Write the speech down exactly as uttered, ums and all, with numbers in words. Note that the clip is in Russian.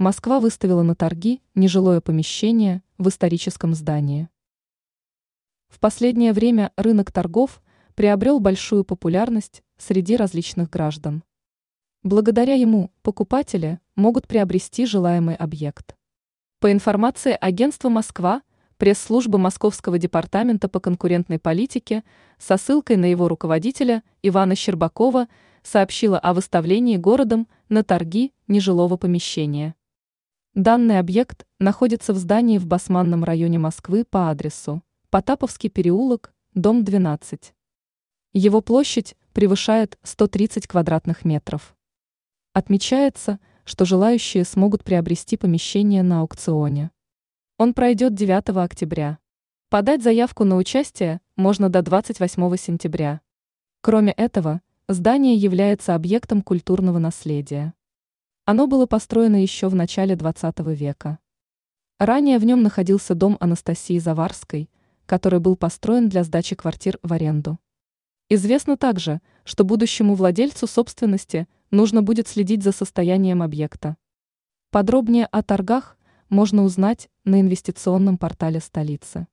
Москва выставила на торги нежилое помещение в историческом здании. В последнее время рынок торгов приобрел большую популярность среди различных граждан. Благодаря ему покупатели могут приобрести желаемый объект. По информации агентства «Москва», пресс-служба Московского департамента по конкурентной политике со ссылкой на его руководителя Ивана Щербакова сообщила о выставлении городом на торги нежилого помещения. Данный объект находится в здании в Басманном районе Москвы по адресу Потаповский переулок, дом двенадцать. Его площадь превышает сто тридцать квадратных метров. Отмечается, что желающие смогут приобрести помещение на аукционе. Он пройдет девятого октября. Подать заявку на участие можно до двадцать восьмого сентября. Кроме этого, здание является объектом культурного наследия. Оно было построено еще в начале двадцатого века. Ранее в нем находился дом Анастасии Заварской, который был построен для сдачи квартир в аренду. Известно также, что будущему владельцу собственности нужно будет следить за состоянием объекта. Подробнее о торгах можно узнать на инвестиционном портале столицы.